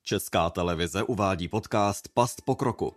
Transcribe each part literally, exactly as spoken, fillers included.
Česká televize uvádí podcast Past pokroku.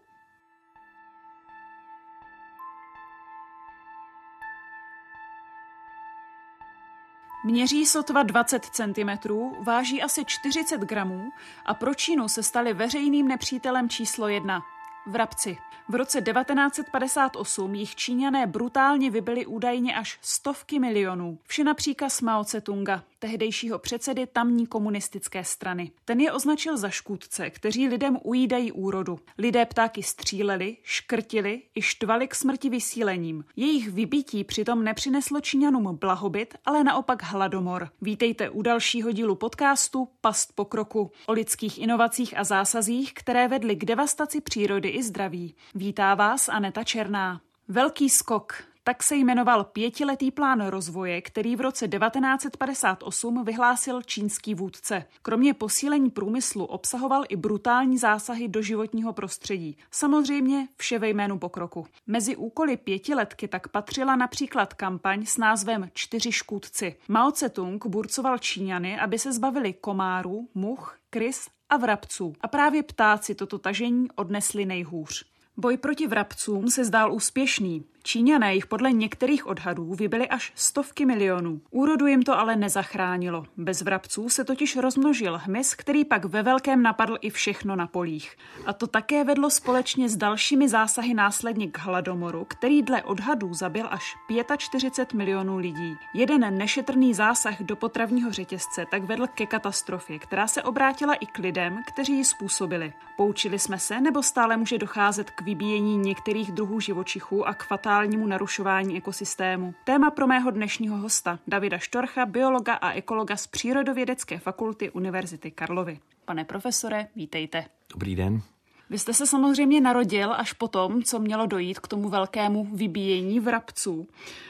Měří sotva dvacet centimetrů, váží asi čtyřicet gramů a pro Čínu se stali veřejným nepřítelem číslo jedna. Vrabci. V roce devatenáct set padesát osm jich Číňané brutálně vybili údajně až stovky milionů. Vše na příkaz Mao Tse-tunga, tehdejšího předsedy tamní komunistické strany. Ten je označil za škůdce, kteří lidem ujídají úrodu. Lidé ptáky stříleli, škrtili i štvali k smrti vysílením. Jejich vybití přitom nepřineslo Číňanům blahobyt, ale naopak hladomor. Vítejte u dalšího dílu podcastu Past pokroku o lidských inovacích a zásazích, které vedly k devastaci přírody i zdraví. Vítá vás Aneta Černá. Velký skok. Tak se jmenoval pětiletý plán rozvoje, který v roce devatenáct set padesát osm vyhlásil čínský vůdce. Kromě posílení průmyslu obsahoval i brutální zásahy do životního prostředí. Samozřejmě vše ve jménu pokroku. Mezi úkoly pětiletky tak patřila například kampaň s názvem Čtyři škůdci. Mao Tse-tung burcoval Číňany, aby se zbavili komárů, much, krys a vrabců. A právě ptáci toto tažení odnesli nejhůř. Boj proti vrabcům se zdál úspěšný. Číňané jich podle některých odhadů vybili až stovky milionů. Úrodu jim to ale nezachránilo. Bez vrabců se totiž rozmnožil hmyz, který pak ve velkém napadl i všechno na polích. A to také vedlo společně s dalšími zásahy následně k hladomoru, který dle odhadů zabil až čtyřicet pět milionů lidí. Jeden nešetrný zásah do potravního řetězce tak vedl ke katastrofě, která se obrátila i k lidem, kteří ji způsobili. Poučili jsme se, nebo stále může docházet k vybíjení některých druhů živočichů a k fatálnímu narušování ekosystému? Téma pro mého dnešního hosta, Davida Štorcha, biologa a ekologa z Přírodovědecké fakulty Univerzity Karlovy. Pane profesore, vítejte. Dobrý den. Vy jste se samozřejmě narodil až po tom, co mělo dojít k tomu velkému vybíjení vrabců.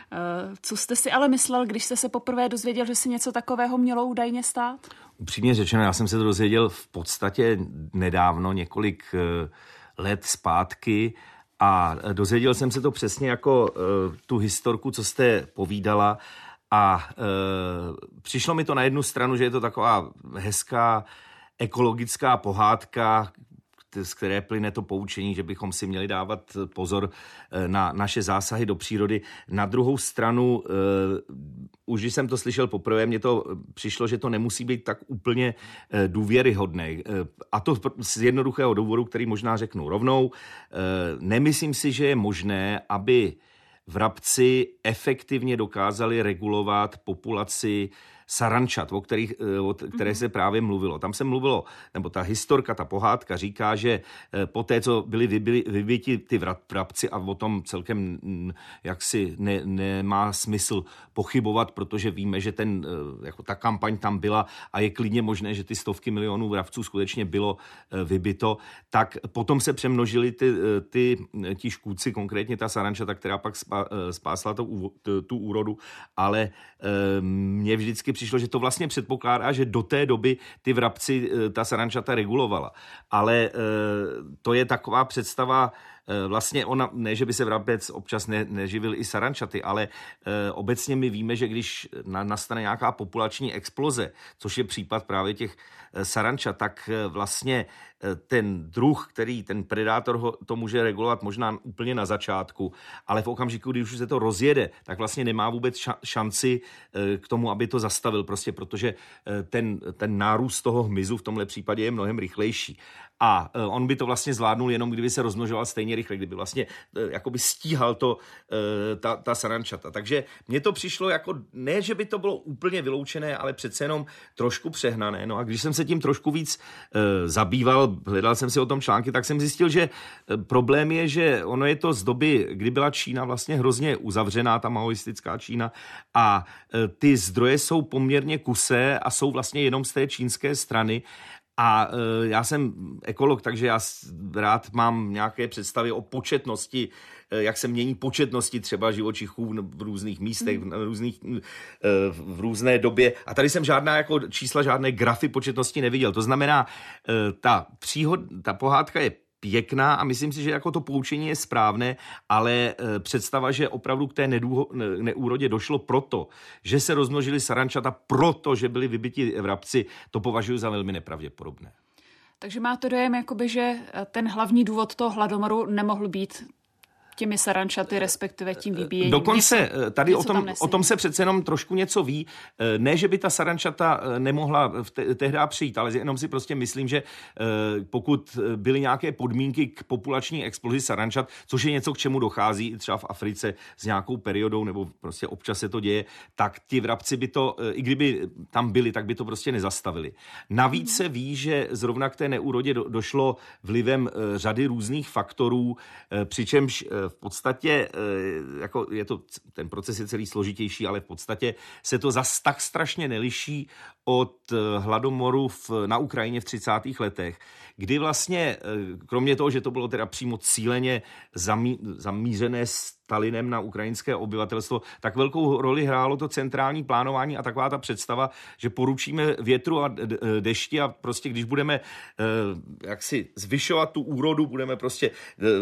Co jste si ale myslel, když jste se poprvé dozvěděl, že se něco takového mělo údajně stát? Upřímně řečeno, já jsem se to dozvěděl v podstatě nedávno, několik let zpátky, a dozvěděl jsem se to přesně jako uh, tu historku, co jste povídala, a uh, přišlo mi to na jednu stranu, že je to taková hezká ekologická pohádka, z které plyne to poučení, že bychom si měli dávat pozor na naše zásahy do přírody. Na druhou stranu, uh, už když jsem to slyšel poprvé, mně to přišlo, že to nemusí být tak úplně uh, důvěryhodné. Uh, a to z jednoduchého důvodu, který možná řeknu rovnou. Uh, nemyslím si, že je možné, aby vrabci efektivně dokázali regulovat populaci sarančat, o kterých, o které se právě mluvilo. Tam se mluvilo, nebo ta historka, ta pohádka říká, že po té, co byli vybili, vybiti ty vrabci, a o tom celkem jaksi ne, nemá smysl pochybovat, protože víme, že ten, jako ta kampaň tam byla a je klidně možné, že ty stovky milionů vrabců skutečně bylo vybito, tak potom se přemnožili ty, ty, ti škůdci, konkrétně ta sarančata, která pak spásla tu, tu, tu úrodu, ale mě vždycky přišlo, že to vlastně předpokládá, že do té doby ty vrabci ta sarančata regulovala. Ale to je taková představa, vlastně ona, ne, že by se vrabec občas ne, neživil i sarančaty, ale e, obecně my víme, že když na, nastane nějaká populační exploze, což je případ právě těch e, sarančat, tak e, vlastně e, ten druh, který, ten predátor ho, to může regulovat možná úplně na začátku, ale v okamžiku, když už se to rozjede, tak vlastně nemá vůbec ša, šanci e, k tomu, aby to zastavil, prostě protože e, ten, ten nárůst toho hmyzu v tomhle případě je mnohem rychlejší. A e, on by to vlastně zvládnul jenom, kdyby se rozmnožoval stejně rychle, kdyby vlastně e, jakoby stíhal to, e, ta, ta sarančata. Takže mně to přišlo jako, ne, že by to bylo úplně vyloučené, ale přece jenom trošku přehnané. No a když jsem se tím trošku víc e, zabýval, hledal jsem si o tom články, tak jsem zjistil, že e, problém je, že ono je to z doby, kdy byla Čína vlastně hrozně uzavřená, ta maoistická Čína, a e, ty zdroje jsou poměrně kusé a jsou vlastně jenom z té čínské strany. A e, já jsem ekolog, takže já rád mám nějaké představy o početnosti, e, jak se mění početnosti třeba živočichů v různých místech, v, různých, e, v různé době. A tady jsem žádná jako čísla, žádné grafy početnosti neviděl. To znamená, e, ta příhod, ta pohádka je pěkná a myslím si, že jako to poučení je správné, ale e, představa, že opravdu k té nedůho, ne, neúrodě došlo proto, že se rozmnožili sarančata, proto, že byli vybiti vrabci, to považuji za velmi nepravděpodobné. Takže máte dojem, jakoby, že ten hlavní důvod toho hladomoru nemohl být těmi sarančaty, respektive tím vybíjením. Dokonce tady o tom, o tom se přece jenom trošku něco ví. Ne, že by ta sarančata nemohla v te, tehdy přijít, ale jenom si prostě myslím, že pokud byly nějaké podmínky k populační explozi sarančat, což je něco, k čemu dochází třeba v Africe s nějakou periodou, nebo prostě občas se to děje, tak ti vrabci by to, i kdyby tam byli, tak by to prostě nezastavili. Navíc se ví, že zrovna k té neúrodě do, došlo vlivem řady různých faktorů, přičemž v podstatě, jako je to, ten proces je celý složitější, ale v podstatě se to zas tak strašně neliší od hladomoru v, na Ukrajině v třicátých letech, kdy vlastně, kromě toho, že to bylo teda přímo cíleně zamí, zamířené Stalinem na ukrajinské obyvatelstvo, tak velkou roli hrálo to centrální plánování a taková ta představa, že poručíme větru a dešti a prostě když budeme jaksi zvyšovat tu úrodu, budeme prostě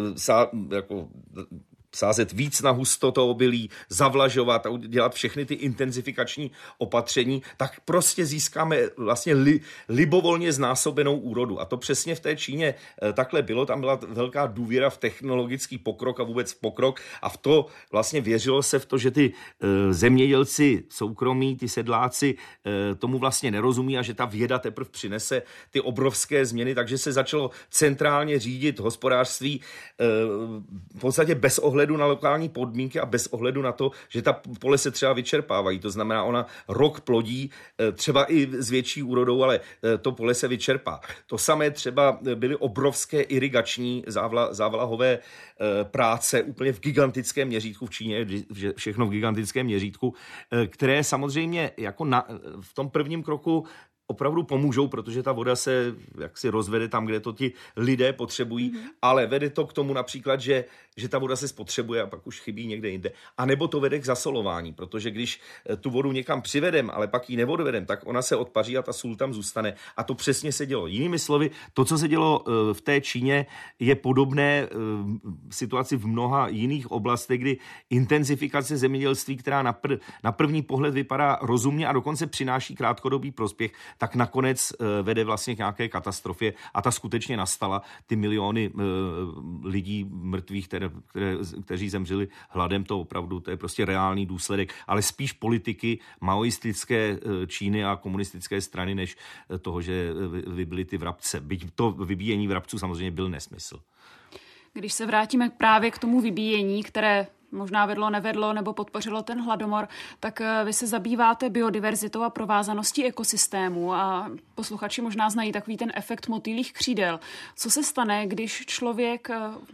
jako sázet víc na husto to obilí, zavlažovat a dělat všechny ty intenzifikační opatření, tak prostě získáme vlastně li, libovolně znásobenou úrodu. A to přesně v té Číně takhle bylo. Tam byla velká důvěra v technologický pokrok a vůbec v pokrok a v to vlastně věřilo se v to, že ty e, zemědělci soukromí, ty sedláci e, tomu vlastně nerozumí a že ta věda teprve přinese ty obrovské změny, takže se začalo centrálně řídit hospodářství e, v podstatě bez ohledu na lokální podmínky a bez ohledu na to, že ta pole se třeba vyčerpávají. To znamená, ona rok plodí, třeba i s větší úrodou, ale to pole se vyčerpá. To samé třeba byly obrovské irigační závla, závlahové práce úplně v gigantickém měřítku v Číně, všechno v gigantickém měřítku, které samozřejmě jako na, v tom prvním kroku opravdu pomůžou, protože ta voda se jaksi rozvede tam, kde to ti lidé potřebují, mm-hmm. ale vede to k tomu například, že, že ta voda se spotřebuje a pak už chybí někde jinde. A nebo to vede k zasolování, protože když tu vodu někam přivedem, ale pak ji neodvedem, tak ona se odpaří a ta sůl tam zůstane. A to přesně se dělo. Jinými slovy, to, co se dělo v té Číně, je podobné situaci v mnoha jiných oblastech, kdy intenzifikace zemědělství, která na, pr- na první pohled vypadá rozumně a dokonce přináší krátkodobý prospěch, tak nakonec vede vlastně k nějaké katastrofě a ta skutečně nastala. Ty miliony lidí mrtvých, které, které, kteří zemřeli hladem, to opravdu, to je prostě reálný důsledek, ale spíš politiky maoistické Číny a komunistické strany, než toho, že vybili ty vrabce. Byť to vybíjení vrabců samozřejmě byl nesmysl. Když se vrátíme právě k tomu vybíjení, které možná vedlo, nevedlo nebo podpořilo ten hladomor, tak vy se zabýváte biodiverzitou a provázaností ekosystému a posluchači možná znají takový ten efekt motýlích křídel. Co se stane, když člověk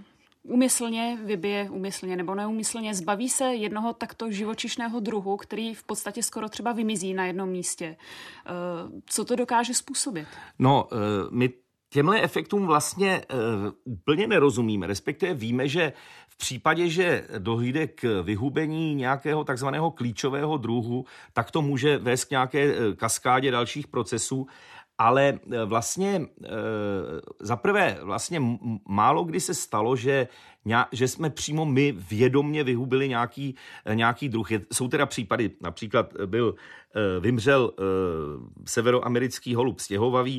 úmyslně vybije, úmyslně nebo neúmyslně zbaví se jednoho takto živočišného druhu, který v podstatě skoro třeba vymizí na jednom místě? Co to dokáže způsobit? No, my těmhle efektům vlastně uh, úplně nerozumíme, respektive víme, že v případě, že dojde k vyhubení nějakého takzvaného klíčového druhu, tak to může vést k nějaké kaskádě dalších procesů, ale vlastně uh, zaprvé vlastně málo kdy se stalo, že že jsme přímo my vědomně vyhubili nějaký, nějaký druh. Jsou teda případy, například byl, vymřel severoamerický holub stěhovavý,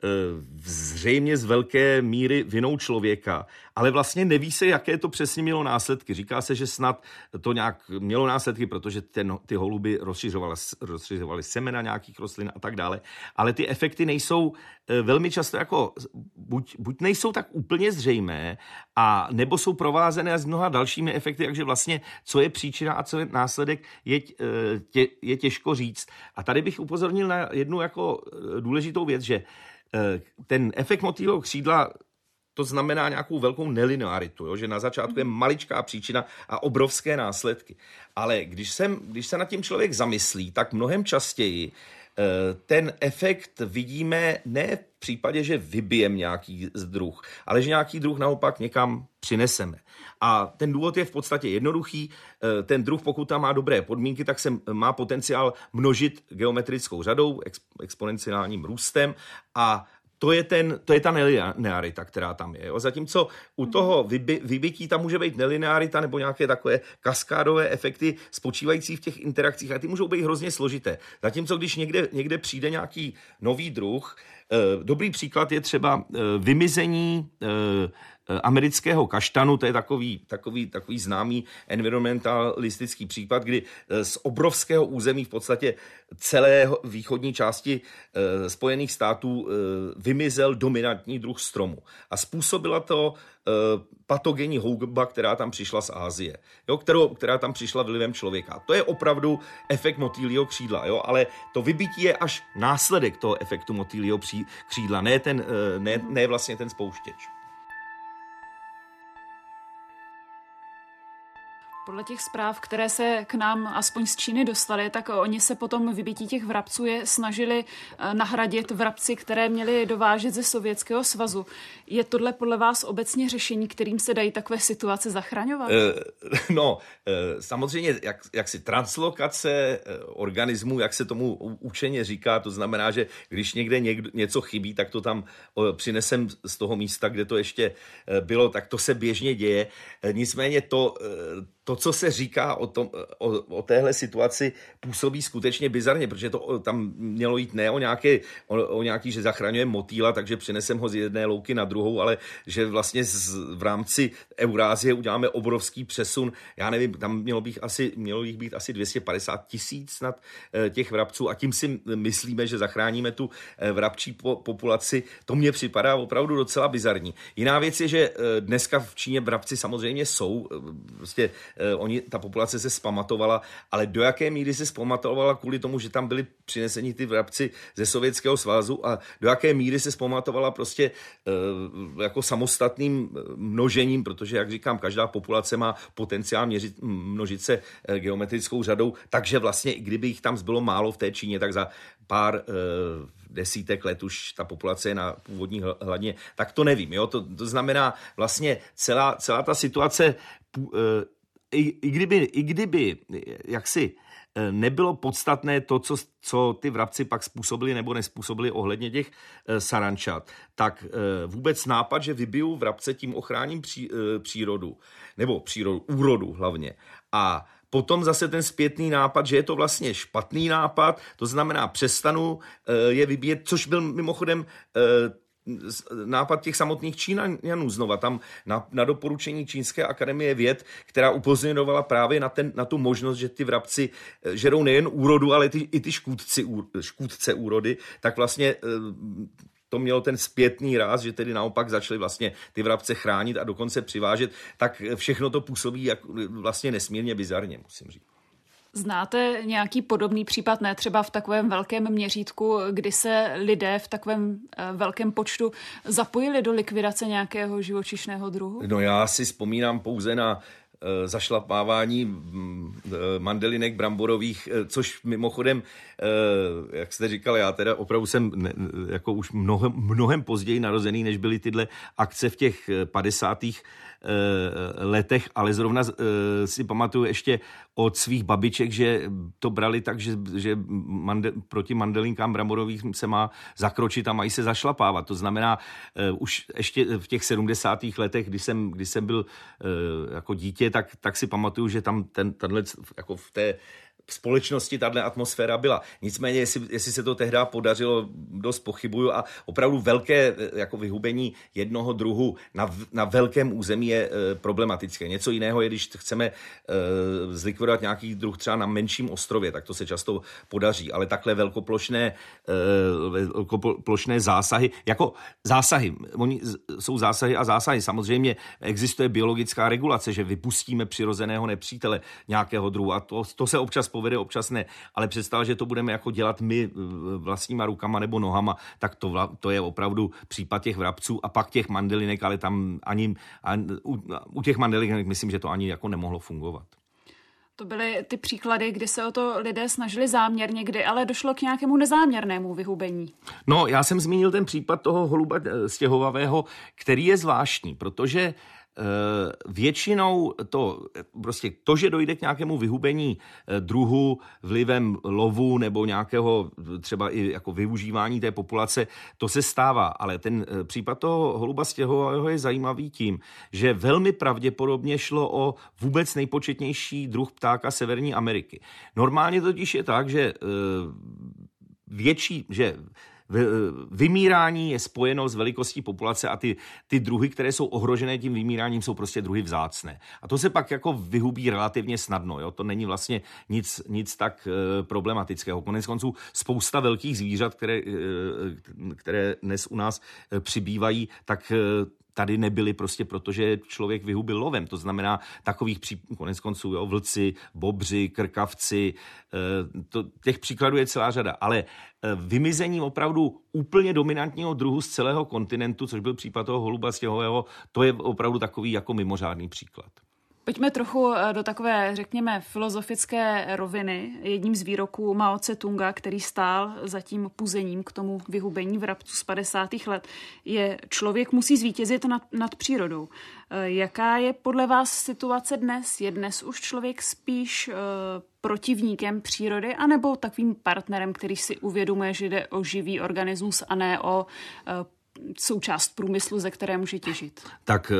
zřejmě z velké míry vinou člověka, ale vlastně neví se, jaké to přesně mělo následky. Říká se, že snad to nějak mělo následky, protože ten, ty holuby rozšiřovaly, rozšiřovaly semena nějakých rostlin a tak dále, ale ty efekty nejsou velmi často jako, buď, buď nejsou tak úplně zřejmé, a nebo jsou provázené s mnoha dalšími efekty, takže vlastně, co je příčina a co je následek, je, tě, je těžko říct. A tady bych upozornil na jednu jako důležitou věc, že ten efekt motýlího křídla, to znamená nějakou velkou nelinearitu, jo? Že na začátku je maličká příčina a obrovské následky. Ale když, jsem, když se nad tím člověk zamyslí, tak mnohem častěji ten efekt vidíme ne v případě, že vybijeme nějaký druh, ale že nějaký druh naopak někam přineseme. A ten důvod je v podstatě jednoduchý. Ten druh, pokud tam má dobré podmínky, tak se má potenciál množit geometrickou řadou, exponenciálním růstem a To je, ten, to je ta nelinearita, která tam je. Jo? Zatímco u toho vyby, vybití tam může být nelinearita nebo nějaké takové kaskádové efekty spočívající v těch interakcích a ty můžou být hrozně složité. Zatímco když někde, někde přijde nějaký nový druh, Dobrý příklad je třeba vymizení amerického kaštanu, to je takový, takový, takový známý environmentalistický případ, kdy z obrovského území v podstatě celé východní části Spojených států vymizel dominantní druh stromu. A způsobila to patogenní houba, která tam přišla z Asie, jo, kterou, která tam přišla vlivem člověka. To je opravdu efekt motýlího křídla, jo, ale to vybití je až následek toho efektu motýlího křídla, ne, ten, ne, ne vlastně ten spouštěč. Podle těch zpráv, které se k nám aspoň z Číny dostaly, tak oni se potom vybití těch vrabců je snažili nahradit vrabci, které měli dovážet ze Sovětského svazu. Je tohle podle vás obecně řešení, kterým se dají takové situace zachraňovat? No, samozřejmě, jak, jak si translokace organismů, jak se tomu učeně říká, to znamená, že když někde někdo, něco chybí, tak to tam přinesem z toho místa, kde to ještě bylo, tak to se běžně děje. Nicméně to To, co se říká o, tom, o, o téhle situaci, působí skutečně bizarně, protože to tam mělo jít ne o, nějaké, o, o nějaký, že zachraňujeme motýla, takže přinesem ho z jedné louky na druhou, ale že vlastně z, v rámci Eurázie uděláme obrovský přesun. Já nevím, tam mělo bych asi, mělo jich být asi dvě stě padesát tisíc snad těch vrabců a tím si myslíme, že zachráníme tu vrabčí po, populaci. To mně připadá opravdu docela bizarní. Jiná věc je, že dneska v Číně vrabci samozřejmě jsou, prostě Oni, ta populace se zpamatovala, ale do jaké míry se zpamatovala kvůli tomu, že tam byli přineseni ty vrabci ze Sovětského svazu a do jaké míry se zpamatovala prostě e, jako samostatným množením, protože, jak říkám, každá populace má potenciál měřit, množit se e, geometrickou řadou, takže vlastně, i kdyby jich tam zbylo málo v té Číně, tak za pár e, desítek let už ta populace je na původní hladině, tak to nevím. Jo? To, to znamená vlastně celá, celá ta situace e, I, i, kdyby, I kdyby jaksi nebylo podstatné to, co, co ty vrabci pak způsobili nebo nespůsobili ohledně těch e, sarančat, tak e, vůbec nápad, že vybiju vrabce, tím ochráním pří, e, přírodu, nebo přírodu, úrodu hlavně. A potom zase ten zpětný nápad, že je to vlastně špatný nápad, to znamená přestanu e, je vybíjet, což byl mimochodem e, nápad těch samotných Číňanů znova. Tam na, na doporučení Čínské akademie věd, která upozorňovala právě na, ten, na tu možnost, že ty vrabci žerou nejen úrodu, ale ty, i ty škůdci, škůdce úrody, tak vlastně to mělo ten zpětný ráz, že tedy naopak začali vlastně ty vrabce chránit a dokonce přivážet, tak všechno to působí jak vlastně nesmírně bizarně, musím říct. Znáte nějaký podobný případ, ne třeba v takovém velkém měřítku, kdy se lidé v takovém velkém počtu zapojili do likvidace nějakého živočišného druhu? No já si vzpomínám pouze na zašlapávání mandelinek bramborových, což mimochodem, jak jste říkal, já teda opravdu jsem jako už mnohem, mnohem později narozený, než byly tyhle akce v těch padesátých letech, ale zrovna si pamatuju ještě od svých babiček, že to brali tak, že, že mande, proti mandelinkám bramborových se má zakročit a mají se zašlapávat. To znamená, už ještě v těch sedmdesátých letech, kdy jsem, kdy jsem byl jako dítě, tak, tak si pamatuju, že tam ten, tenhle, jako v té v společnosti tahle atmosféra byla. Nicméně, jestli, jestli se to tehdy podařilo, dost pochybuju a opravdu velké jako vyhubení jednoho druhu na, na velkém území je e, problematické. Něco jiného je, když chceme e, zlikvidovat nějaký druh třeba na menším ostrově, tak to se často podaří, ale takhle velkoplošné, e, velkoplošné zásahy, jako zásahy, oni jsou zásahy a zásahy. Samozřejmě existuje biologická regulace, že vypustíme přirozeného nepřítele nějakého druhu a to, to se občas povede, občas ne, ale představ, že to budeme jako dělat my vlastníma rukama nebo nohama, tak to, to je opravdu případ těch vrabců a pak těch mandelinek, ale tam ani, ani u, u těch mandelinek myslím, že to ani jako nemohlo fungovat. To byly ty příklady, kdy se o to lidé snažili záměrně, kdy ale došlo k nějakému nezáměrnému vyhubení. No, já jsem zmínil ten případ toho holuba stěhovavého, který je zvláštní, protože většinou to, prostě to, že dojde k nějakému vyhubení druhu vlivem lovu nebo nějakého třeba i jako využívání té populace, to se stává, ale ten případ toho holuba stěhovavého je zajímavý tím, že velmi pravděpodobně šlo o vůbec nejpočetnější druh ptáka Severní Ameriky. Normálně totiž je tak, že větší, že vymírání je spojeno s velikostí populace a ty, ty druhy, které jsou ohrožené tím vymíráním, jsou prostě druhy vzácné. A to se pak jako vyhubí relativně snadno. Jo? To není vlastně nic, nic tak e, problematického. Konec konců spousta velkých zvířat, které, e, které dnes u nás e, přibývají, tak e, tady nebyly prostě, protože člověk vyhubil lovem. To znamená takových pří, konec konců, jo, vlci, bobři, krkavci, e, to, těch příkladů je celá řada. Ale e, vymizením opravdu úplně dominantního druhu z celého kontinentu, což byl případ toho holuba stěhového, to je opravdu takový jako mimořádný příklad. Pojďme trochu do takové, řekněme, filozofické roviny. Jedním z výroků Mao Tse-tunga, který stál za tím puzením k tomu vyhubení vrabců z padesátých let, je: člověk musí zvítězit nad, nad přírodou. Jaká je podle vás situace dnes? Je dnes už člověk spíš uh, protivníkem přírody, anebo takovým partnerem, který si uvědomuje, že jde o živý organismus a ne o uh, součást průmyslu, ze které může těžit? Tak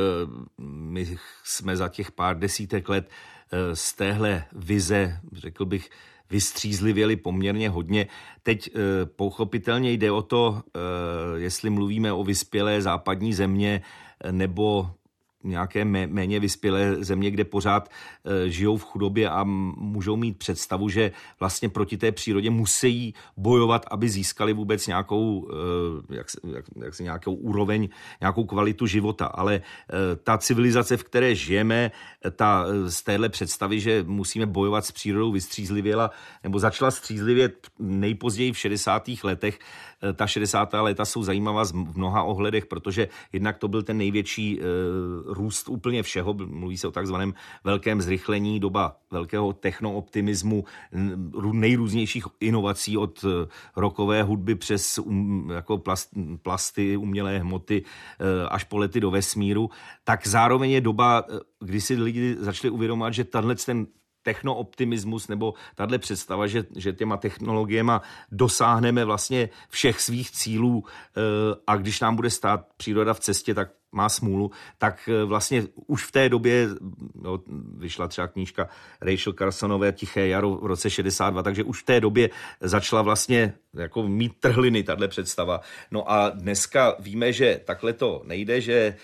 my jsme za těch pár desítek let z téhle vize, řekl bych, vystřízlivěli poměrně hodně. Teď pochopitelně jde o to, jestli mluvíme o vyspělé západní země nebo nějaké méně vyspělé země, kde pořád e, žijou v chudobě a můžou mít představu, že vlastně proti té přírodě musí bojovat, aby získali vůbec nějakou, e, jak, jak, jak si nějakou úroveň, nějakou kvalitu života. Ale e, ta civilizace, v které žijeme, ta z téhle představy, že musíme bojovat s přírodou, vystřízlivěla, nebo začala střízlivět nejpozději v šedesátých letech. E, ta šedesátá léta jsou zajímavá v mnoha ohledech, protože jednak to byl ten největší e, růst úplně všeho, mluví se o takzvaném velkém zrychlení, doba velkého technooptimismu, nejrůznějších inovací od rockové hudby přes um, jako plast, plasty, umělé hmoty až po lety do vesmíru, tak zároveň je doba, kdy si lidi začali uvědomovat, že tenhle ten technooptimismus nebo tahle představa, že, že těma technologiema dosáhneme vlastně všech svých cílů a když nám bude stát příroda v cestě, tak má smůlu, tak vlastně už v té době, no, vyšla třeba knížka Rachel Carsonové Tiché jaro v roce šedesát dva, takže už v té době začala vlastně jako mít trhliny tahle představa. No a dneska víme, že takhle to nejde, že eh,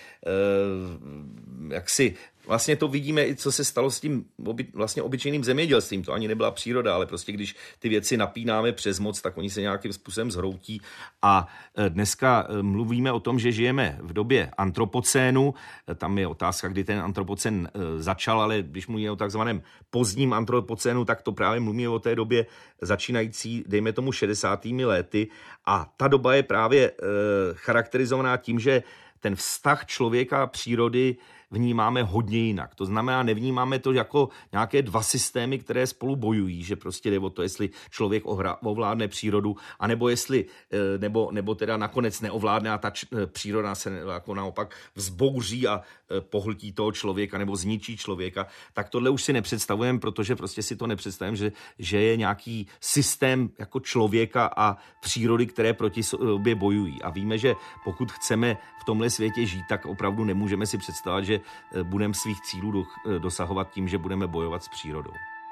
jaksi vlastně to vidíme i, co se stalo s tím oby, vlastně obyčejným zemědělstvím. To ani nebyla příroda, ale prostě když ty věci napínáme přes moc, tak oni se nějakým způsobem zhroutí. A dneska mluvíme o tom, že žijeme v době antropocénu. Tam je otázka, kdy ten antropocén začal, ale když mluvíme o takzvaném pozdním antropocénu, tak to právě mluvíme o té době začínající, dejme tomu šedesátými léty. A ta doba je právě charakterizovaná tím, že ten vztah člověka a přírody vnímáme hodně jinak. To znamená, nevnímáme to jako nějaké dva systémy, které spolu bojují, že prostě jde o to, jestli člověk ovládne přírodu, anebo jestli, nebo, nebo teda nakonec neovládne a ta příroda se jako naopak vzbouří a pohltí toho člověka nebo zničí člověka. Tak tohle už si nepředstavujeme, protože prostě si to nepředstavujeme, že, že je nějaký systém jako člověka a přírody, které proti sobě bojují. A víme, že pokud chceme v tomhle světě žít, tak opravdu nemůžeme si představit, že budeme svých cílů dosahovat tím, že budeme bojovat s přírodou.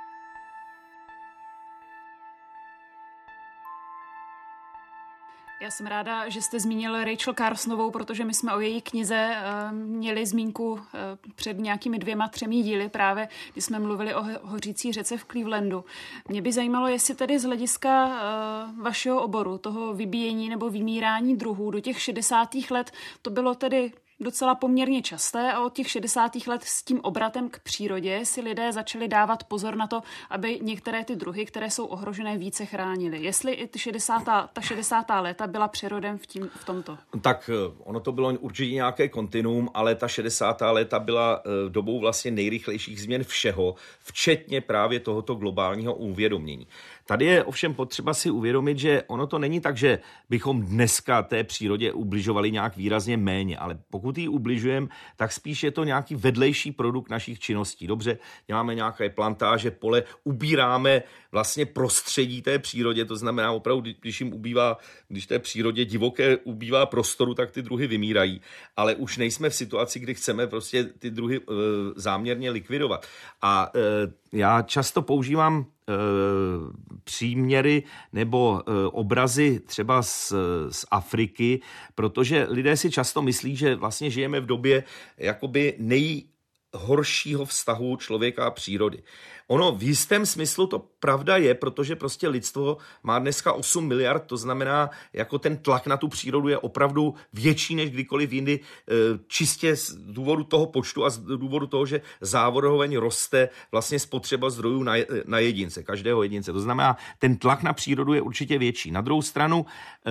Já jsem ráda, že jste zmínil Rachel Carsonovou, protože my jsme o její knize uh, měli zmínku uh, před nějakými dvěma, třemi díly právě, kdy jsme mluvili o hořící řece v Clevelandu. Mě by zajímalo, jestli tedy z hlediska uh, vašeho oboru, toho vybíjení nebo vymírání druhů do těch šedesátých let, to bylo tedy docela poměrně časté a od těch šedesátých let s tím obratem k přírodě si lidé začali dávat pozor na to, aby některé ty druhy, které jsou ohrožené, více chránili. Jestli i ty šedesátá, ta šedesátá léta byla přerodem v, tím, v tomto? Tak ono to bylo určitě nějaké kontinuum, ale ta šedesátá léta byla dobou vlastně nejrychlejších změn všeho, včetně právě tohoto globálního uvědomění. Tady je ovšem potřeba si uvědomit, že ono to není tak, že bychom dneska té přírodě ubližovali nějak výrazně méně, ale pokud ji ubližujeme, tak spíš je to nějaký vedlejší produkt našich činností. Dobře, děláme nějaké plantáže, pole, ubíráme vlastně prostředí té přírodě, to znamená opravdu, když jim ubývá, když té přírodě divoké ubývá prostoru, tak ty druhy vymírají. Ale už nejsme v situaci, kdy chceme prostě ty druhy e, záměrně likvidovat. A e, já často používám e, příměry nebo e, obrazy třeba z, z Afriky, protože lidé si často myslí, že vlastně žijeme v době jakoby nejhoršího vztahu člověka a přírody. Ono v jistém smyslu to pravda je, protože prostě lidstvo má dneska osm miliard, to znamená, jako ten tlak na tu přírodu je opravdu větší než kdykoliv jindy, čistě z důvodu toho počtu a z důvodu toho, že zároveň roste vlastně spotřeba zdrojů na, na jedince, každého jedince. To znamená, ten tlak na přírodu je určitě větší. Na druhou stranu,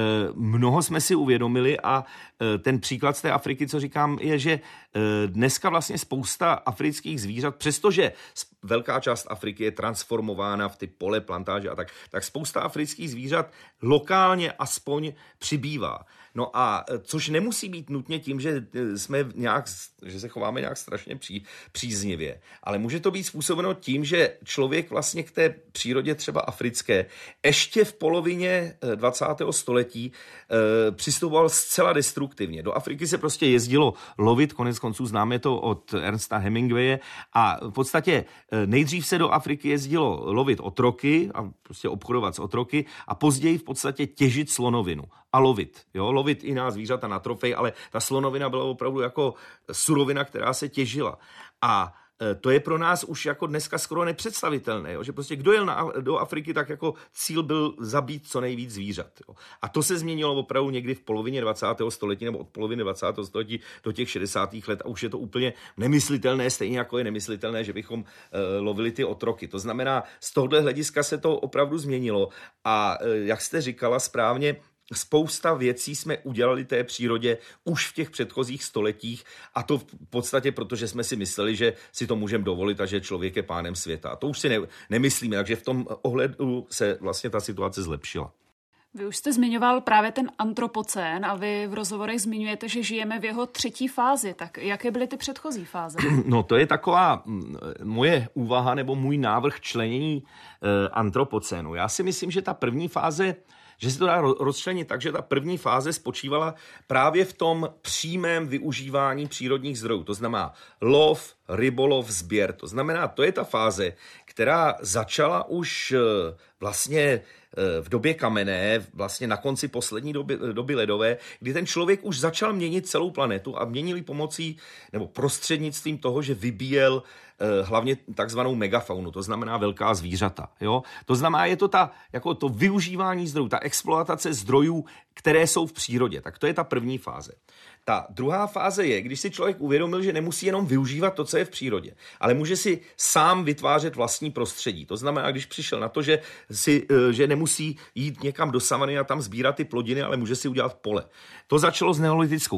mnoho jsme si uvědomili a ten příklad z té Afriky, co říkám, je, že dneska vlastně spousta afrických zvířat, přestože velká část Afriky je transformována v ty pole, plantáže a tak, tak spousta afrických zvířat lokálně aspoň přibývá. No a což nemusí být nutně tím, že jsme nějak, že se chováme nějak strašně pří, příznivě, ale může to být způsobeno tím, že člověk vlastně k té přírodě třeba africké ještě v polovině dvacátého století e, přistupoval zcela destruktivně. Do Afriky se prostě jezdilo lovit, konec konců známe to od Ernesta Hemingwaye a v podstatě nejdřív se do Afriky jezdilo lovit otroky a prostě obchodovat s otroky a později v podstatě těžit slonovinu a lovit. Jo, lovit jiná zvířata na trofej, ale ta slonovina byla opravdu jako surovina, která se těžila. A to je pro nás už jako dneska skoro nepředstavitelné, jo? Že prostě kdo jel na, do Afriky, tak jako cíl byl zabít co nejvíc zvířat. Jo? A to se změnilo opravdu někdy v polovině dvacátého století nebo od poloviny dvacátého století do těch šedesátých let a už je to úplně nemyslitelné, stejně jako je nemyslitelné, že bychom uh, lovili ty otroky. To znamená, z tohohle hlediska se to opravdu změnilo a uh, jak jste říkala správně, spousta věcí jsme udělali té přírodě už v těch předchozích stoletích a to v podstatě, protože jsme si mysleli, že si to můžeme dovolit a že člověk je pánem světa. A to už si ne, nemyslíme, takže v tom ohledu se vlastně ta situace zlepšila. Vy už jste zmiňoval právě ten antropocén a vy v rozhovorech zmiňujete, že žijeme v jeho třetí fázi. Tak jaké byly ty předchozí fáze? No to je taková moje úvaha nebo můj návrh členění eh, antropocénu. Já si myslím, že ta první fáze že se to dá rozčlenit tak, že ta první fáze spočívala právě v tom přímém využívání přírodních zdrojů. To znamená lov, rybolov, sběr. To znamená, to je ta fáze, která začala už vlastně v době kamenné, vlastně na konci poslední doby, doby ledové, kdy ten člověk už začal měnit celou planetu a měnil ji pomocí nebo prostřednictvím toho, že vybíjel hlavně takzvanou megafaunu, to znamená velká zvířata. Jo? To znamená, je to ta, jako to využívání zdrojů, ta exploatace zdrojů, které jsou v přírodě. Tak to je ta první fáze. Ta druhá fáze je, když si člověk uvědomil, že nemusí jenom využívat to, co je v přírodě, ale může si sám vytvářet vlastní prostředí. To znamená, když přišel na to, že, si, že nemusí jít někam do savany a tam sbírat ty plodiny, ale může si udělat pole. To začalo s neolitickou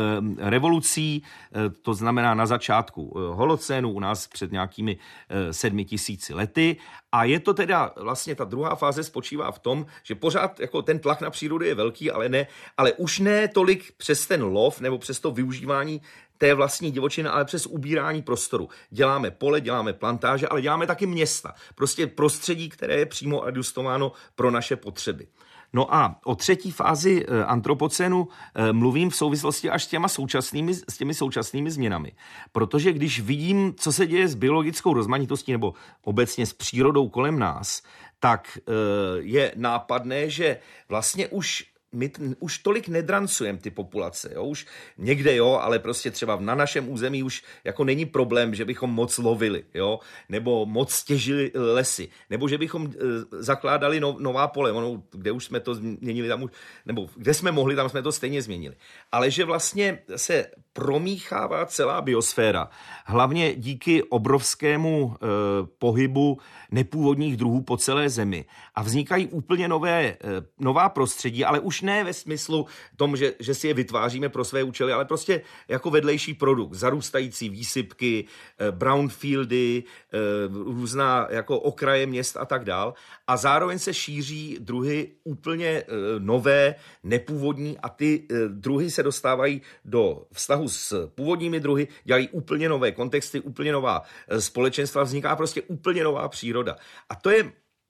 revolucí, to znamená na začátku holocénu u nás před nějakými sedmi tisíci lety. A je to teda vlastně ta druhá fáze spočívá v tom, že pořád jako ten tlak na přírodu je velký, ale ne, ale už ne tolik přes ten lov nebo přes to využívání té vlastní divočiny, ale přes ubírání prostoru. Děláme pole, děláme plantáže, ale děláme taky města. Prostě prostředí, které je přímo adjustováno pro naše potřeby. No a o třetí fázi antropocénu mluvím v souvislosti až s, těma současnými, s těmi současnými změnami. Protože když vidím, co se děje s biologickou rozmanitostí nebo obecně s přírodou kolem nás, tak je nápadné, že vlastně už my t- už tolik nedrancujeme ty populace, jo? Už někde jo, ale prostě třeba na našem území už jako není problém, že bychom moc lovili, jo? Nebo moc těžili lesy, nebo že bychom e, zakládali no, nová pole, ono, kde už jsme to změnili, tam už, nebo kde jsme mohli, tam jsme to stejně změnili. Ale že vlastně se promíchává celá biosféra, hlavně díky obrovskému e, pohybu nepůvodních druhů po celé zemi a vznikají úplně nové, e, nová prostředí, ale už ne ve smyslu tom, že, že si je vytváříme pro své účely, ale prostě jako vedlejší produkt. Zarůstající výsypky, brownfieldy, různá jako okraje měst a tak dál. A zároveň se šíří druhy úplně nové, nepůvodní a ty druhy se dostávají do vztahu s původními druhy, dělají úplně nové kontexty, úplně nová společenstva, vzniká prostě úplně nová příroda. A to je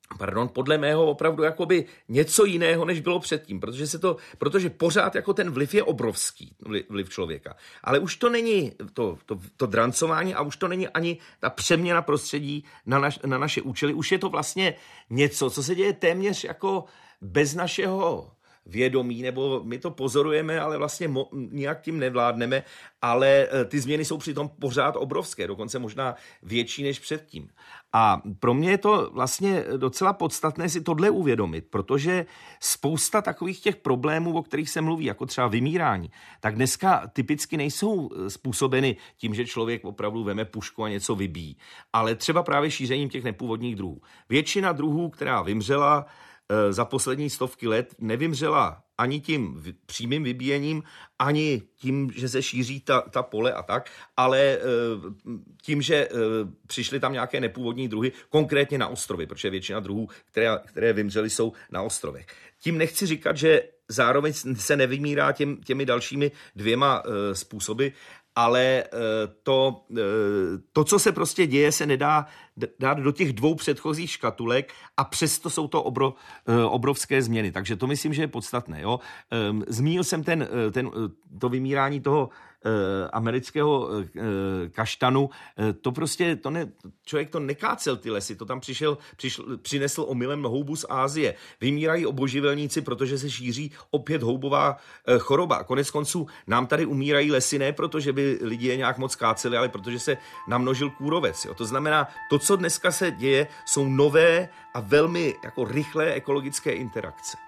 Pardon, podle mého opravdu jakoby něco jiného, než bylo předtím, protože se to, protože pořád jako ten vliv je obrovský, vliv člověka. Ale už to není to, to, to drancování a už to není ani ta přeměna prostředí na, naš, na naše účely. Už je to vlastně něco, co se děje téměř jako bez našeho vědomí, nebo my to pozorujeme, ale vlastně mo- nijak tím nevládneme, ale ty změny jsou přitom pořád obrovské, dokonce možná větší než předtím. A pro mě je to vlastně docela podstatné si tohle uvědomit, protože spousta takových těch problémů, o kterých se mluví, jako třeba vymírání, tak dneska typicky nejsou způsobeny tím, že člověk opravdu veme pušku a něco vybíjí, ale třeba právě šířením těch nepůvodních druhů. Většina druhů, která vymřela za poslední stovky let, nevymřela ani tím přímým vybíjením, ani tím, že se šíří ta, ta pole a tak, ale tím, že přišly tam nějaké nepůvodní druhy, konkrétně na ostrovy, protože většina druhů, které, které vymřely, jsou na ostrovech. Tím nechci říkat, že zároveň se nevymírá těm, těmi dalšími dvěma způsoby, ale to, to, co se prostě děje, se nedá dát do těch dvou předchozích škatulek a přesto jsou to obro, obrovské změny. Takže to myslím, že je podstatné. Jo? Zmínil jsem ten, ten, to vymírání toho amerického kaštanu. To prostě, to ne, člověk to nekácel ty lesy, to tam přišel, přišel, přinesl omylem houbu z Ázie. Vymírají obojživelníci, protože se šíří opět houbová choroba. Konec konců nám tady umírají lesy ne proto, že by lidi je nějak moc káceli, ale protože se namnožil kůrovec. Jo. To znamená, to, co dneska se děje, jsou nové a velmi jako rychlé ekologické interakce.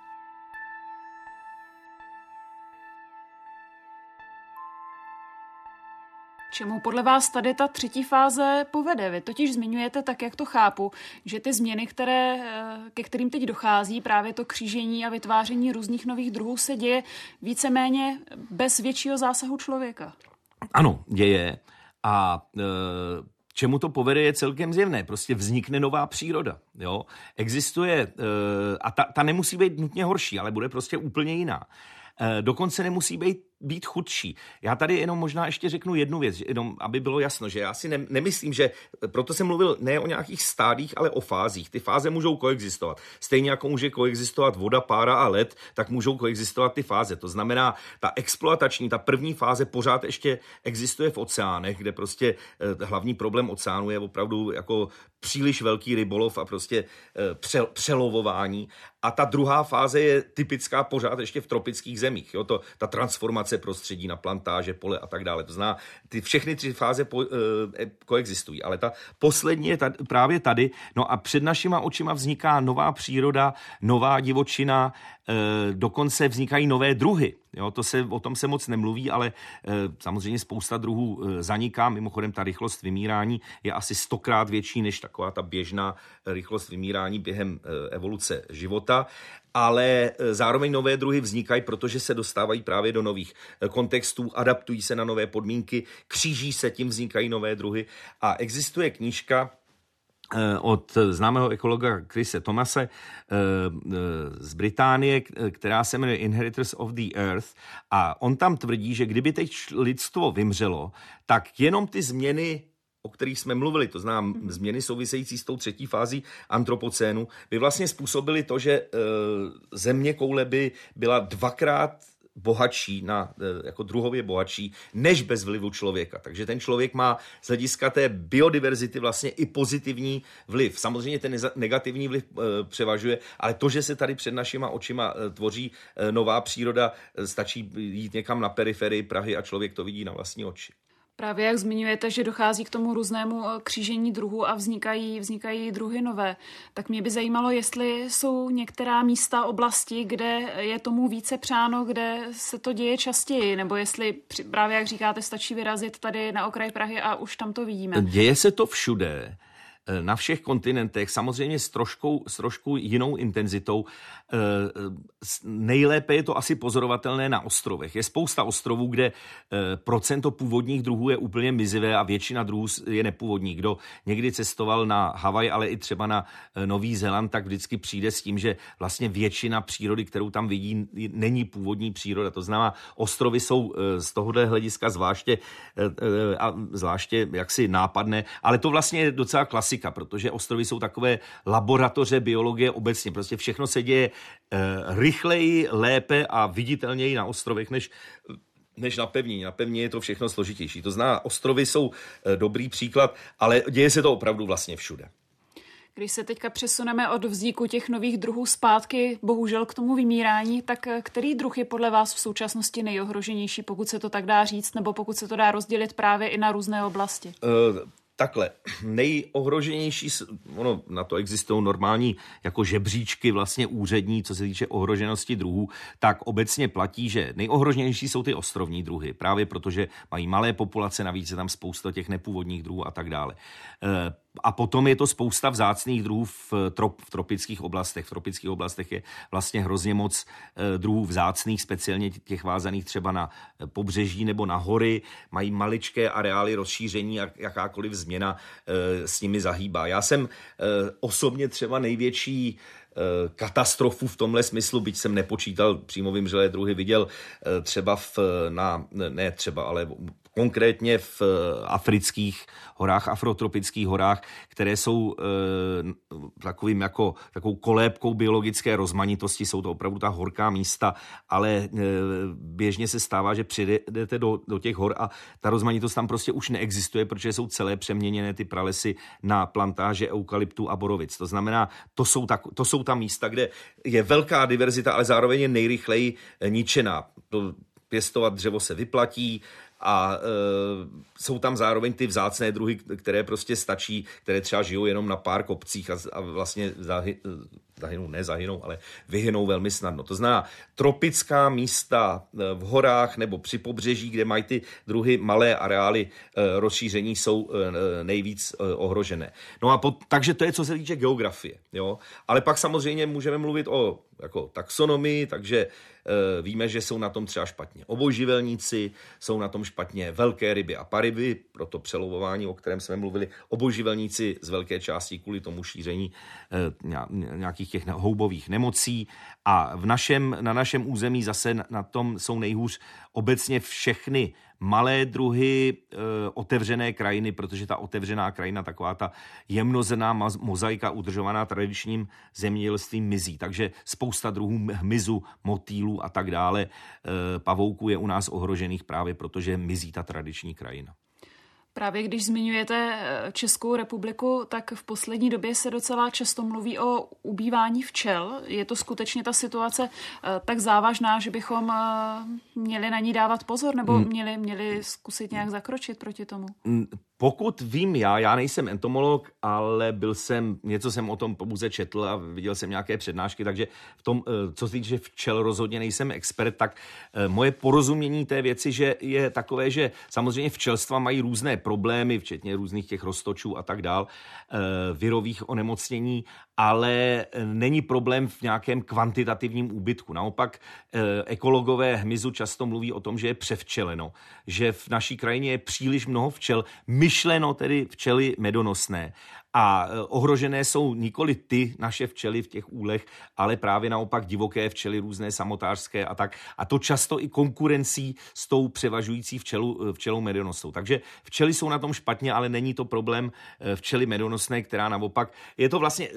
Čemu podle vás tady ta třetí fáze povede? Vy totiž zmiňujete, tak jak to chápu, že ty změny, které, ke kterým teď dochází, právě to křížení a vytváření různých nových druhů se děje víceméně bez většího zásahu člověka. Ano, děje. A e, čemu to povede, je celkem zjevné. Prostě vznikne nová příroda. Jo? Existuje, e, a ta, ta nemusí být nutně horší, ale bude prostě úplně jiná. E, dokonce nemusí být být chudší. Já tady jenom možná ještě řeknu jednu věc, jenom aby bylo jasno, že já si ne, nemyslím, že proto jsem mluvil ne o nějakých stádích, ale o fázích. Ty fáze můžou koexistovat. Stejně jako může koexistovat voda, pára a led, tak můžou koexistovat ty fáze. To znamená, ta exploatační, ta první fáze pořád ještě existuje v oceánech, kde prostě eh, hlavní problém oceánu je opravdu jako příliš velký rybolov a prostě eh, pře, přelovování. A ta druhá fáze je typická pořád ještě v tropických zemích. Jo? To, ta transformace prostředí na plantáže, pole a tak dále. To znamená, ty všechny tři fáze po, e, koexistují, ale ta poslední je tady, právě tady. No a před našima očima vzniká nová příroda, nová divočina, e, dokonce vznikají nové druhy. Jo, to se, o tom se moc nemluví, ale e, samozřejmě spousta druhů e, zaniká. Mimochodem ta rychlost vymírání je asi stokrát větší než taková ta běžná rychlost vymírání během e, evoluce života. Ale zároveň nové druhy vznikají, protože se dostávají právě do nových kontextů, adaptují se na nové podmínky, kříží se, tím vznikají nové druhy. A existuje knížka od známého ekologa Chrise Thomase z Británie, která se jmenuje Inheritors of the Earth. A on tam tvrdí, že kdyby teď lidstvo vymřelo, tak jenom ty změny, o kterých jsme mluvili, to znamená změny související s tou třetí fází antropocénu, by vlastně způsobily to, že e, země koule by byla dvakrát bohatší, na, e, jako druhově bohatší, než bez vlivu člověka. Takže ten člověk má z hlediska té biodiverzity vlastně i pozitivní vliv. Samozřejmě ten negativní vliv e, převažuje, ale to, že se tady před našima očima e, tvoří e, nová příroda, e, stačí jít někam na periferii Prahy a člověk to vidí na vlastní oči. Právě jak zmiňujete, že dochází k tomu různému křížení druhů a vznikají, vznikají druhy nové, tak mě by zajímalo, jestli jsou některá místa, oblasti, kde je tomu více přáno, kde se to děje častěji, nebo jestli právě, jak říkáte, stačí vyrazit tady na okraj Prahy a už tam to vidíme. Děje se to všude. Na všech kontinentech, samozřejmě s trošku, s trošku jinou intenzitou. Nejlépe je to asi pozorovatelné na ostrovech. Je spousta ostrovů, kde procento původních druhů je úplně mizivé a většina druhů je nepůvodní. Kdo někdy cestoval na Havaj, ale i třeba na Nový Zéland, tak vždycky přijde s tím, že vlastně většina přírody, kterou tam vidí, není původní příroda. To znamená, ostrovy jsou z tohohle hlediska zvláště, zvláště jaksi nápadné, ale to vlastně je docela klasika klasika, protože ostrovy jsou takové laboratoře biologie obecně. Prostě všechno se děje eh, rychleji, lépe a viditelněji na ostrovech, než než na pevnině. Na pevnině je to všechno složitější. To znamená, ostrovy jsou eh, dobrý příklad, ale děje se to opravdu vlastně všude. Když se teďka přesuneme od vzniku těch nových druhů zpátky, bohužel k tomu vymírání, tak který druh je podle vás v současnosti nejohroženější, pokud se to tak dá říct, nebo pokud se to dá rozdělit právě i na různé oblasti? Uh... Takhle, nejohroženější, ono na to existují normální jako žebříčky vlastně úřední, co se týče ohroženosti druhů, tak obecně platí, že nejohroženější jsou ty ostrovní druhy, právě protože mají malé populace, navíc je tam spousta těch nepůvodních druhů a tak dále. A potom je to spousta vzácných druhů v, trop, v tropických oblastech. V tropických oblastech je vlastně hrozně moc druhů vzácných, speciálně těch vázaných třeba na pobřeží nebo na hory. Mají maličké areály rozšíření a jakákoliv změna s nimi zahýbá. Já jsem osobně třeba největší katastrofu v tomhle smyslu, byť jsem nepočítal přímo vymřelé druhy, viděl třeba v, na, ne třeba, ale konkrétně v afrických horách, afrotropických horách, které jsou e, takovým jako, takovou kolébkou biologické rozmanitosti, jsou to opravdu ta horká místa, ale e, běžně se stává, že přijdete do, do těch hor a ta rozmanitost tam prostě už neexistuje, protože jsou celé přeměněné ty pralesy na plantáže eukalyptu a borovic. To znamená, to jsou, tak, to jsou ta místa, kde je velká diverzita, ale zároveň je nejrychleji ničená. To pěstovat dřevo se vyplatí, a e, jsou tam zároveň ty vzácné druhy, které prostě stačí, které třeba žijou jenom na pár kopcích a, a vlastně zahy, zahynou, ne zahynou, ale vyhynou velmi snadno. To znamená tropická místa v horách nebo při pobřeží, kde mají ty druhy malé areály e, rozšíření, jsou e, nejvíc e, ohrožené. No a po, takže to je, co se týče geografie. Jo? Ale pak samozřejmě můžeme mluvit o jako taxonomii, takže e, víme, že jsou na tom třeba špatně obojživelníci, jsou na tom špatně velké ryby a paryby, proto přelovování, o kterém jsme mluvili, obojživelníci z velké části kvůli tomu šíření e, nějakých těch houbových nemocí a v našem, na našem území zase na, na tom jsou nejhůř obecně všechny malé druhy e, otevřené krajiny, protože ta otevřená krajina, taková ta jemnozrnná mozaika udržovaná tradičním zemědělstvím mizí. Takže spousta druhů hmyzu, motýlů a tak dále, e, pavouků je u nás ohrožených právě protože mizí ta tradiční krajina. Právě když zmiňujete Českou republiku, tak v poslední době se docela často mluví o ubývání včel. Je to skutečně ta situace tak závažná, že bychom měli na ní dávat pozor nebo měli, měli zkusit nějak zakročit proti tomu? Pokud vím já, já nejsem entomolog, ale byl jsem, něco jsem o tom pouze četl a viděl jsem nějaké přednášky, takže v tom, co se týče včel, rozhodně nejsem expert, tak moje porozumění té věci, že je takové, že samozřejmě včelstva mají různé problémy, včetně různých těch roztočů a tak dál, virových onemocnění, ale není problém v nějakém kvantitativním úbytku. Naopak ekologové hmyzu často mluví o tom, že je převčeleno, že v naší krajině je příliš mnoho včel, myšleno tedy včely medonosné. A ohrožené jsou nikoli ty naše včely v těch úlech, ale právě naopak divoké včely, různé samotářské a tak. A to často i konkurencí s tou převažující včelu, včelou medonosnou. Takže včely jsou na tom špatně, ale není to problém včely medonosné, která naopak, je to vlastně,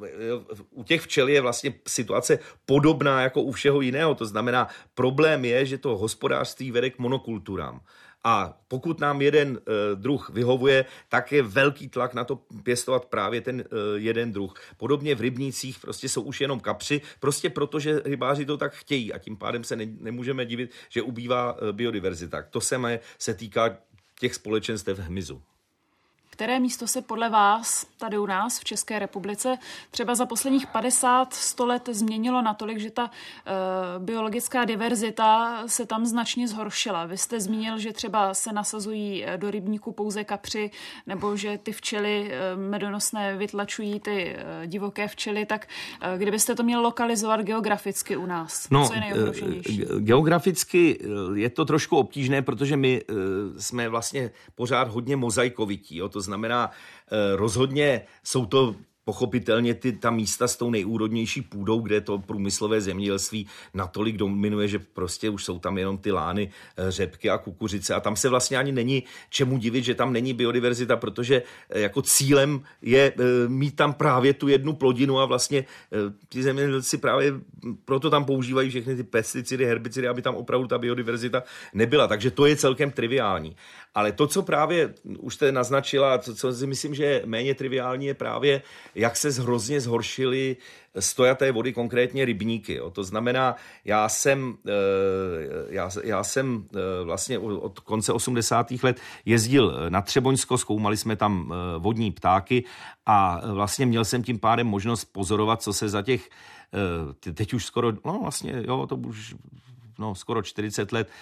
u těch včel je vlastně situace podobná jako u všeho jiného. To znamená, problém je, že to hospodářství vede k monokulturám. A pokud nám jeden e, druh vyhovuje, tak je velký tlak na to pěstovat právě ten e, jeden druh. Podobně v rybnících prostě jsou už jenom kapři, prostě protože rybáři to tak chtějí a tím pádem se ne, nemůžeme divit, že ubývá e, biodiverzita. To se, se týká těch společenstev hmyzu. Které místo se podle vás tady u nás v České republice třeba za posledních padesát sto let změnilo natolik, že ta uh, biologická diverzita se tam značně zhoršila? Vy jste zmínil, že třeba se nasazují do rybníku pouze kapři, nebo že ty včely uh, medonosné vytlačují ty uh, divoké včely, tak uh, kdybyste to měl lokalizovat geograficky u nás, no, co je nejohroženější? Geograficky je to trošku obtížné, protože my uh, jsme vlastně pořád hodně mozaikovití, jo, to znamená, rozhodně jsou to Pochopitelně ty, ta místa s tou nejúrodnější půdou, kde to průmyslové zemědělství natolik dominuje, že prostě už jsou tam jenom ty lány, řepky a kukuřice a tam se vlastně ani není čemu divit, že tam není biodiverzita, protože jako cílem je mít tam právě tu jednu plodinu a vlastně ti zemědělci právě proto tam používají všechny ty pesticidy, herbicidy, aby tam opravdu ta biodiverzita nebyla. Takže to je celkem triviální. Ale to, co právě už jste naznačila, co, co si myslím, že je méně triviální, je právě, jak se hrozně zhoršily stojaté vody, konkrétně rybníky. Jo. To znamená, já jsem, já, já jsem vlastně od konce osmdesátých let jezdil na Třeboňsko, zkoumali jsme tam vodní ptáky a vlastně měl jsem tím pádem možnost pozorovat, co se za těch, teď už skoro, no vlastně, jo, to už no, skoro čtyřicet let,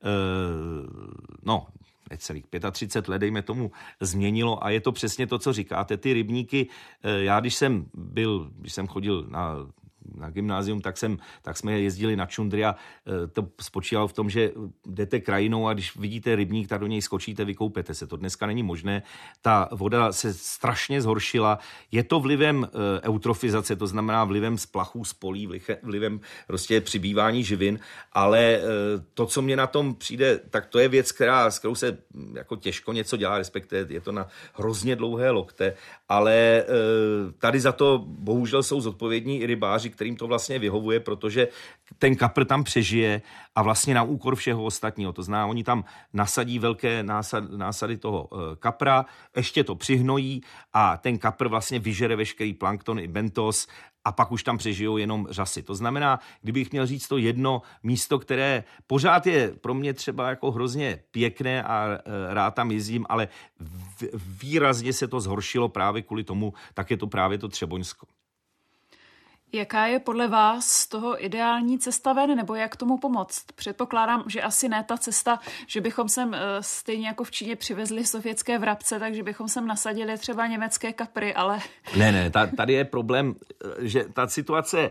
no, necelých třicet pět let, dejme tomu, změnilo a je to přesně to, co říkáte. Ty rybníky, já když jsem byl, když jsem chodil na na gymnázium, tak, jsem, tak jsme jezdili na čundry a to spočívalo v tom, že jdete krajinou a když vidíte rybník, tak do něj skočíte, vykoupete se. To dneska není možné. Ta voda se strašně zhoršila. Je to vlivem eutrofizace, to znamená vlivem splachů z polí, vlivem prostě přibývání živin, ale to, co mě na tom přijde, tak to je věc, která, s kterou se jako těžko něco dělá, respektive je to na hrozně dlouhé lokte, ale tady za to bohužel jsou zodpovědní i rybáři, kterým to vlastně vyhovuje, protože ten kapr tam přežije a vlastně na úkor všeho ostatního. To znamená, oni tam nasadí velké násad, násady toho kapra, ještě to přihnojí a ten kapr vlastně vyžere veškerý plankton i bentos a pak už tam přežijou jenom řasy. To znamená, kdybych měl říct to jedno místo, které pořád je pro mě třeba jako hrozně pěkné a rád tam jezdím, ale výrazně se to zhoršilo právě kvůli tomu, tak je to právě to Třeboňsko. Jaká je podle vás z toho ideální cesta ven, nebo jak tomu pomoct? Předpokládám, že asi ne ta cesta, že bychom sem stejně jako v Číně přivezli sovětské vrabce, takže bychom sem nasadili třeba německé kapry, ale... Ne, ne, tady je problém, že ta situace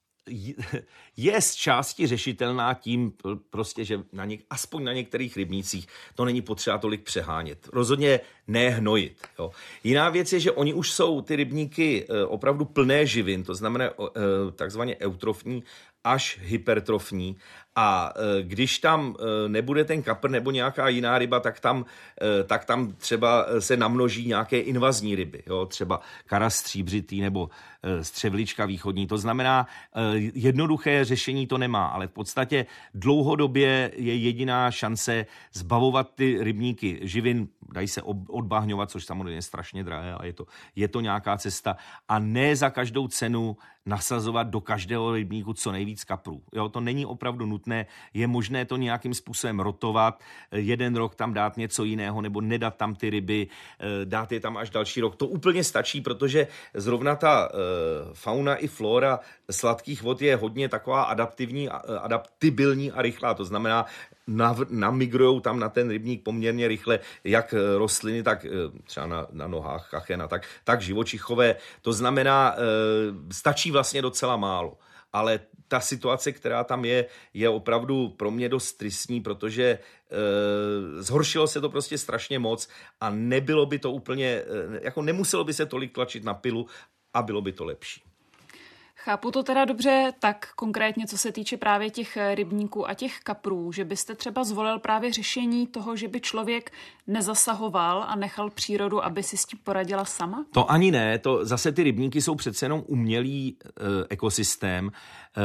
je z části řešitelná tím prostě, že na něk, aspoň na některých rybnících to není potřeba tolik přehánět. Rozhodně ne hnojit. Jo. Jiná věc je, že oni už jsou ty rybníky opravdu plné živin, to znamená takzvaně eutrofní až hypertrofní. A když tam nebude ten kapr nebo nějaká jiná ryba, tak tam, tak tam třeba se namnoží nějaké invazní ryby, jo? Třeba karas stříbřitý nebo střevlička východní. To znamená, jednoduché řešení to nemá, ale v podstatě dlouhodobě je jediná šance zbavovat ty rybníky živin, dají se odbahňovat, což samozřejmě je strašně drahé, ale je to, je to nějaká cesta a ne za každou cenu nasazovat do každého rybníku co nejvíc kaprů. Jo, to není opravdu nutné, je možné to nějakým způsobem rotovat, jeden rok tam dát něco jiného nebo nedat tam ty ryby, dát je tam až další rok. To úplně stačí, protože zrovna ta fauna i flora sladkých vod je hodně taková adaptivní, adaptibilní a rychlá. To znamená, namigrujou tam na ten rybník poměrně rychle, jak rostliny, tak třeba na, na nohách kachena, tak, tak živočichové. To znamená, stačí vlastně docela málo. Ale ta situace, která tam je, je opravdu pro mě dost tristní, protože e, zhoršilo se to prostě strašně moc a nebylo by to úplně, e, jako nemuselo by se tolik tlačit na pilu a bylo by to lepší. Chápu to teda dobře, tak konkrétně co se týče právě těch rybníků a těch kaprů, že byste třeba zvolil právě řešení toho, že by člověk nezasahoval a nechal přírodu, aby si s tím poradila sama? To ani ne, to zase ty rybníky jsou přece jenom umělý e, ekosystém, e,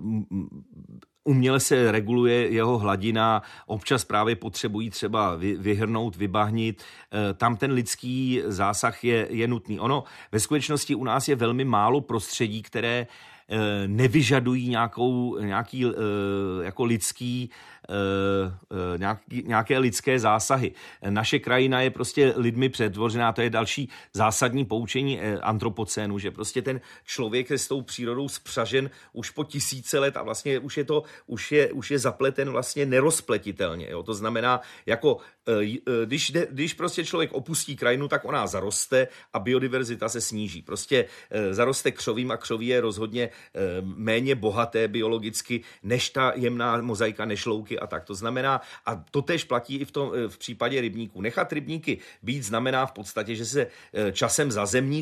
uměle se reguluje jeho hladina, občas právě potřebují třeba vy, vyhrnout, vybahnit, e, tam ten lidský zásah je, je nutný. Ono ve skutečnosti u nás je velmi málo prostředí, které e, nevyžadují nějakou, nějaký e, jako lidský Nějaký, nějaké lidské zásahy. Naše krajina je prostě lidmi předtvořená, to je další zásadní poučení antropocénu, že prostě ten člověk je s tou přírodou spřažen už po tisíce let a vlastně už je to, už je, už je zapleten vlastně nerozpletitelně. Jo? To znamená, jako když, když prostě člověk opustí krajinu, tak ona zaroste a biodiverzita se sníží. Prostě zaroste křovím a křoví je rozhodně méně bohaté biologicky než ta jemná mozaika, než louky a tak. To znamená, a to též platí i v, tom, v případě rybníků. Nechat rybníky být znamená v podstatě, že se časem zazemní, což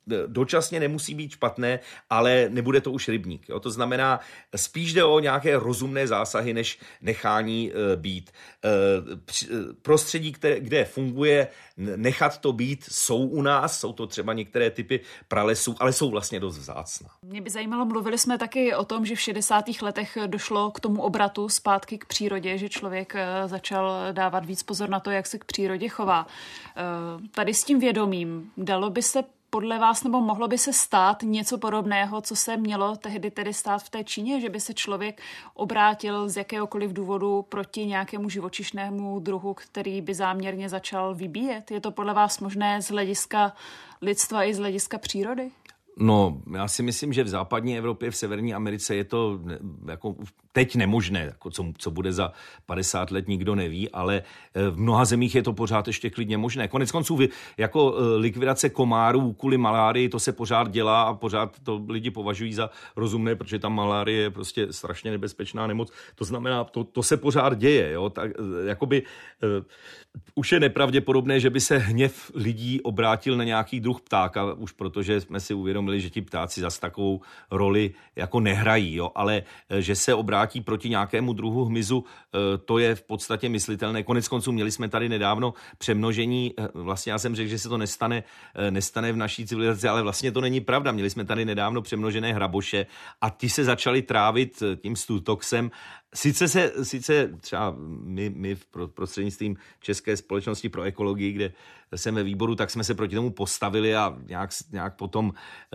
dočasně nemusí být špatné, ale nebude to už rybník. Jo? To znamená, spíš jde o nějaké rozumné zásahy, než nechání e, být. E, prostředí, které, kde funguje, nechat to být, jsou u nás, jsou to třeba některé typy pralesů, ale jsou vlastně dost vzácná. Mě by zajímalo, mluvili jsme taky o tom, že v šedesátých letech došlo k tomu obratu zpátky k přírodě, že člověk začal dávat víc pozor na to, jak se k přírodě chová. Tady s tím vědomím dalo by se podle vás, nebo mohlo by se stát něco podobného, co se mělo tehdy tedy stát v té Číně, že by se člověk obrátil z jakéhokoliv důvodu proti nějakému živočišnému druhu, který by záměrně začal vybíjet? Je to podle vás možné z hlediska lidstva i z hlediska přírody? No, já si myslím, že v západní Evropě, v Severní Americe je to jako teď nemožné, jako co, co bude za padesát let, nikdo neví, ale v mnoha zemích je to pořád ještě klidně možné. Konec konců jako likvidace komárů kvůli malárii, to se pořád dělá a pořád to lidi považují za rozumné, protože ta malárie je prostě strašně nebezpečná nemoc. To znamená, to, to se pořád děje. Jo? Tak, jakoby, uh, už je nepravděpodobné, že by se hněv lidí obrátil na nějaký druh ptáka, už protože jsme si uvědomili, že ti ptáci zas takovou roli jako nehrají, jo? Ale že se obrátí proti nějakému druhu hmyzu, to je v podstatě myslitelné. Konec konců měli jsme tady nedávno přemnožení, vlastně já jsem řekl, že se to nestane, nestane v naší civilizaci, ale vlastně to není pravda. Měli jsme tady nedávno přemnožené hraboše a ty se začali trávit tím stutoxem. Sice se, sice třeba my, my v prostřednictvím České společnosti pro ekologii, kde jsem ve výboru, tak jsme se proti tomu postavili a nějak, nějak potom,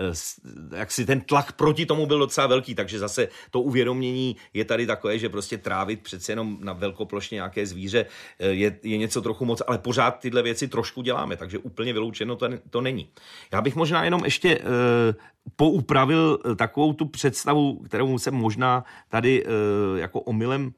jak si ten tlak proti tomu byl docela velký, takže zase to uvědomění je tady takové, že prostě trávit přece jenom na velkoplošně nějaké zvíře je, je něco trochu moc, ale pořád tyhle věci trošku děláme, takže úplně vyloučeno to, to není. Já bych možná jenom ještě e, poupravil takovou tu představu, kterou jsem možná tady e, jako omylem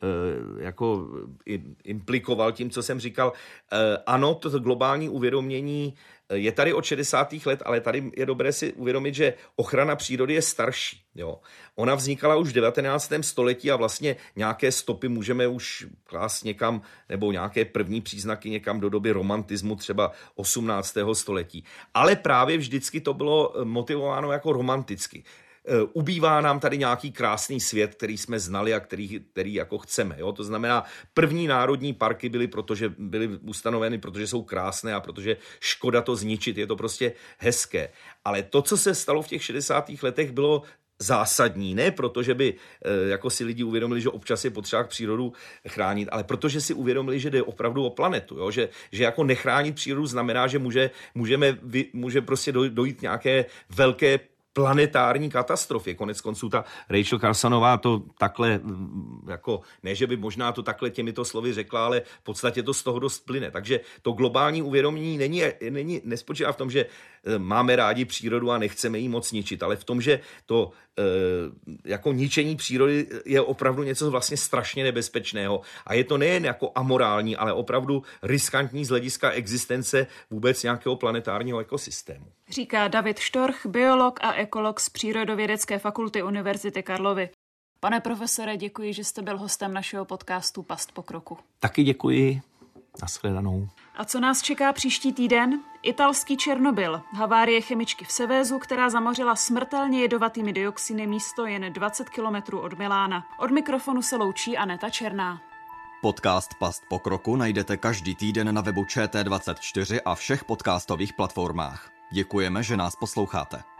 jako implikoval tím, co jsem říkal. Ano, to globální uvědomění je tady od šedesátých let, ale tady je dobré si uvědomit, že ochrana přírody je starší. Jo. Ona vznikala už v devatenáctém století a vlastně nějaké stopy můžeme už klást někam, nebo nějaké první příznaky někam do doby romantismu, třeba osmnáctého století. Ale právě vždycky to bylo motivováno jako romanticky. Ubývá nám tady nějaký krásný svět, který jsme znali a který, který jako chceme. Jo? To znamená, první národní parky byly, protože byly ustanoveny, protože jsou krásné a protože škoda to zničit, je to prostě hezké. Ale to, co se stalo v těch šedesátých letech, bylo zásadní, ne protože by jako si lidi uvědomili, že občas je potřeba přírodu chránit, ale protože si uvědomili, že jde opravdu o planetu, jo? Že, že jako nechránit přírodu znamená, že může, můžeme, může prostě dojít nějaké velké planetární katastrofě. Konec konců ta Rachel Carsonová to takhle, jako, ne, že by možná to takhle těmito slovy řekla, ale v podstatě to z toho dost plyne. Takže to globální uvědomění není, není, nespočívá v tom, že máme rádi přírodu a nechceme ji moc ničit, ale v tom, že to jako ničení přírody je opravdu něco vlastně strašně nebezpečného. A je to nejen jako amorální, ale opravdu riskantní z hlediska existence vůbec nějakého planetárního ekosystému. Říká David Štorch, biolog a ekolog z Přírodovědecké fakulty Univerzity Karlovy. Pane profesore, děkuji, že jste byl hostem našeho podcastu Past pokroku. Taky děkuji. Nashledanou. A co nás čeká příští týden? Italský Černobyl, havárie chemičky v Sevézu, která zamořila smrtelně jedovatými dioxiny místo jen dvacet kilometrů od Milána. Od mikrofonu se loučí Aneta Černá. Podcast Past pokroku najdete každý týden na webu Č T dvacet čtyři a všech podcastových platformách. Děkujeme, že nás posloucháte.